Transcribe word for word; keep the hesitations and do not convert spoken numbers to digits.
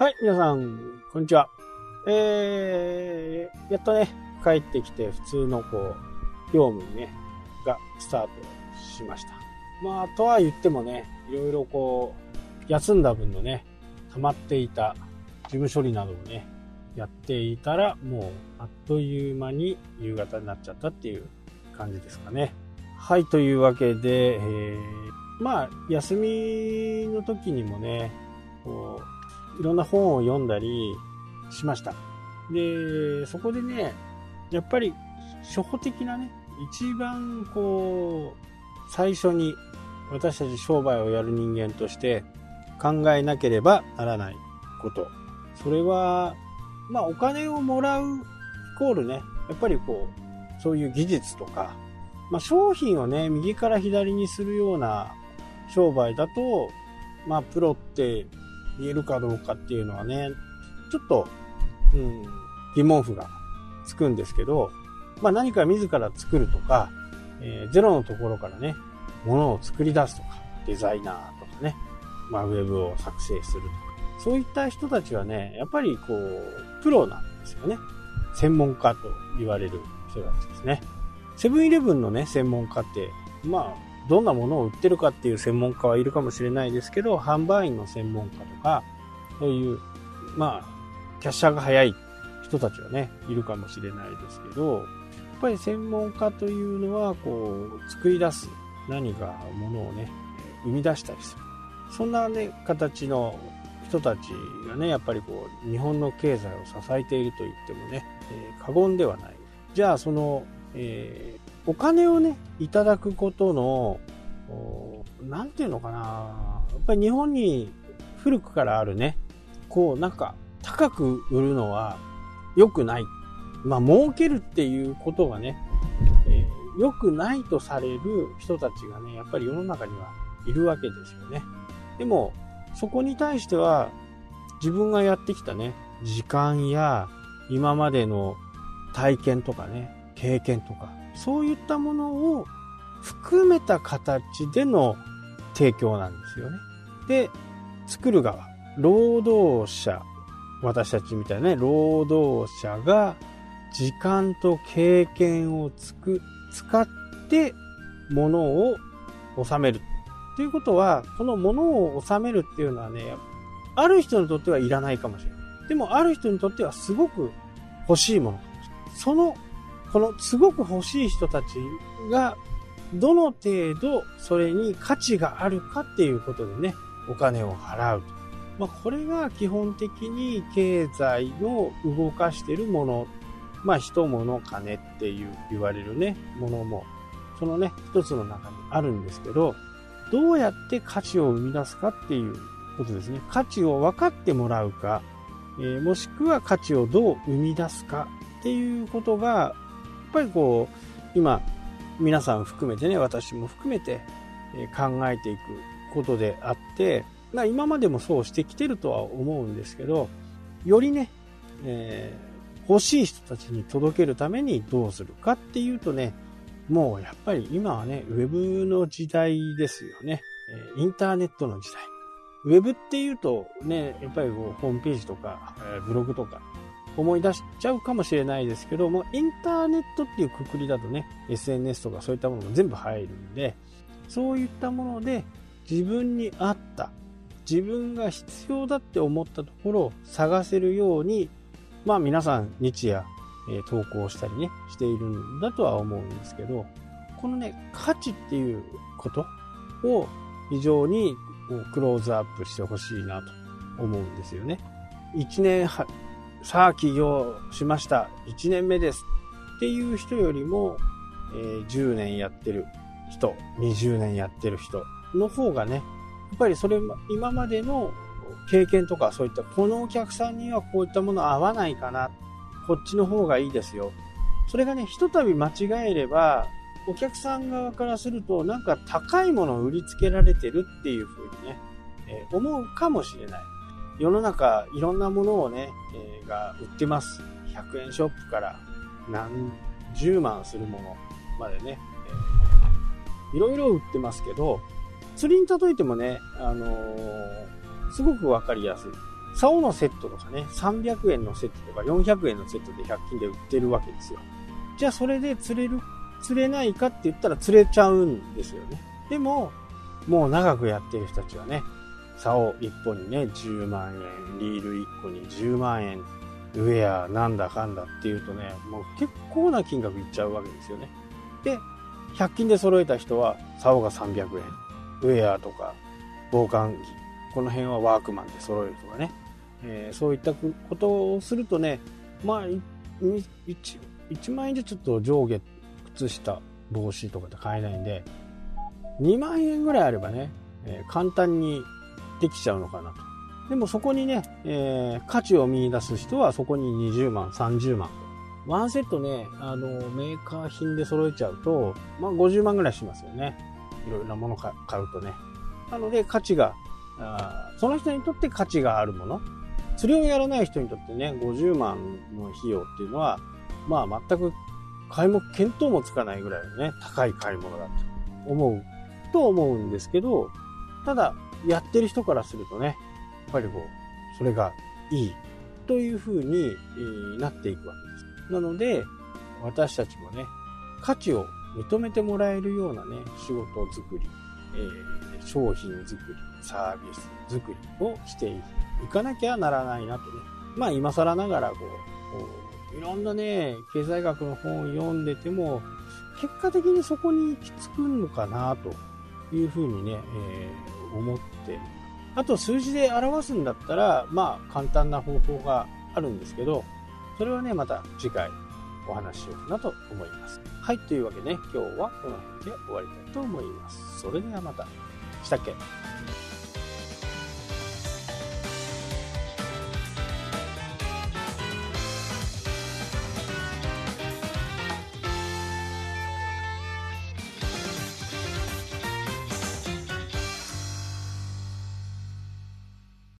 はい、皆さん、こんにちは。えー、やっとね、帰ってきて普通のこう、業務にね、がスタートしました。まあ、とは言ってもね、いろいろこう、休んだ分のね、溜まっていた事務処理などをね、やっていたら、もう、あっという間に夕方になっちゃったっていう感じですかね。はい、というわけで、えー、まあ、休みの時にもね、こう、いろんな本を読んだりしました。で、そこでね、やっぱり初歩的なね、一番こう、最初に私たち商売をやる人間として考えなければならないこと。それは、まあお金をもらうイコールね、やっぱりこう、そういう技術とか、まあ商品をね、右から左にするような商売だと、まあプロって言えるかどうかっていうのはね、ちょっと、うん、疑問符がつくんですけど、まあ何か自ら作るとか、えー、ゼロのところからね、ものを作り出すとか、デザイナーとかね、まあウェブを作成するとか、そういった人たちはね、やっぱりこう、プロなんですよね。専門家と言われる人たちですね。セブンイレブンのね、専門家って、まあ、どんなものを売ってるかっていう専門家はいるかもしれないですけど、販売員の専門家とか、そういう、まあ、キャッシャーが早い人たちはね、いるかもしれないですけど、やっぱり専門家というのは、こう、作り出す何かものをね、生み出したりする。そんなね、形の人たちがね、やっぱりこう、日本の経済を支えていると言ってもね、えー、過言ではない。じゃあ、その、えーお金をね、いただくことの、なんていうのかな。やっぱり日本に古くからあるね、こうなんか高く売るのは良くない。まあ儲けるっていうことがね、えー、良くないとされる人たちがね、やっぱり世の中にはいるわけですよね。でも、そこに対しては自分がやってきたね、時間や今までの体験とかね、経験とか、そういったものを含めた形での提供なんですよね。で、作る側、労働者、私たちみたいなね、労働者が時間と経験をつく使って物を収める。ということは、この物を収めるっていうのはね、ある人にとってはいらないかもしれない。でもある人にとってはすごく欲しいものかもしれない。そのこのすごく欲しい人たちがどの程度それに価値があるかっていうことでね、お金を払うと。まあこれが基本的に経済の動かしているもの、まあ人物金っていう言われるね、ものも、そのね、一つの中にあるんですけど、どうやって価値を生み出すかっていうことですね。価値を分かってもらうか、えー、もしくは価値をどう生み出すかっていうことが、やっぱりこう今皆さん含めてね、私も含めて考えていくことであって、まあ、今までもそうしてきてるとは思うんですけど、よりね、えー、欲しい人たちに届けるためにどうするかっていうとね、もうやっぱり今はね、ウェブの時代ですよね。インターネットの時代。ウェブっていうとね、やっぱりこうホームページとかブログとか思い出しちゃうかもしれないですけども、インターネットっていうくくりだとね、エスエヌエス とかそういったものも全部入るんで、そういったもので自分に合った、自分が必要だって思ったところを探せるように、まあ皆さん日夜、えー、投稿したりね、しているんだとは思うんですけど、このね、価値っていうことを非常にクローズアップしてほしいなと思うんですよね。一年はさあ起業しました。いちねんめです。っていう人よりも、えー、じゅうねんやってる人、にじゅうねんやってる人の方がね、やっぱりそれ、今までの経験とかそういった、このお客さんにはこういったもの合わないかな。こっちの方がいいですよ。それがね、ひとたび間違えれば、お客さん側からすると、なんか高いものを売りつけられてるっていう風にね、えー、思うかもしれない。世の中いろんなものをね、えー、が売ってます。ひゃくえんショップから何十万するものまでね、えー、いろいろ売ってますけど、釣りに例えてもね、あのー、すごくわかりやすい。 竿のセットとかね、さんびゃくえんのセットとかよんひゃくえんのセットでひゃく均で売ってるわけですよ。じゃあそれで釣れる、釣れないかって言ったら釣れちゃうんですよね。でも、もう長くやってる人たちはね、竿いっぽんにね、じゅうまんえん、リールいっこにじゅうまんえん、ウェアなんだかんだっていうとね、もう結構な金額いっちゃうわけですよね。で、ひゃく均で揃えた人は竿がさんびゃくえん、ウェアとか防寒着、この辺はワークマンで揃えるとかね、えー、そういったことをするとね、まあ 1, いちまんえんじゃちょっと上下靴下帽子とかで買えないんで、にまんえんぐらいあればね、えー、簡単にできちゃうのかなと。でもそこにね、えー、価値を見出す人はそこににじゅうまん、さんじゅうまん。ワンセットね、あの、メーカー品で揃えちゃうと、まあごじゅうまんぐらいしますよね。いろいろなもの買うとね。なので価値が、あその人にとって価値があるもの。釣りをやらない人にとってね、ごじゅうまんの費用っていうのは、まあ全く買いも、見当もつかないぐらいのね、高い買い物だと思う、と思うんですけど、ただ、やってる人からするとね、やっぱりこう、それがいいという風に、えー、なっていくわけです。なので、私たちもね、価値を認めてもらえるようなね、仕事作り、えー、商品作り、サービス作りをしていかなきゃならないなとね。まあ今更ながらこう、こういろんなね、経済学の本を読んでても、結果的にそこに行き着くのかなというふうにね、えー、思って、あと数字で表すんだったら、まあ簡単な方法があるんですけど、それはね、また次回お話ししようかなと思います。はい、というわけでね、今日はこの辺で終わりたいと思います。それではまた。したっけ？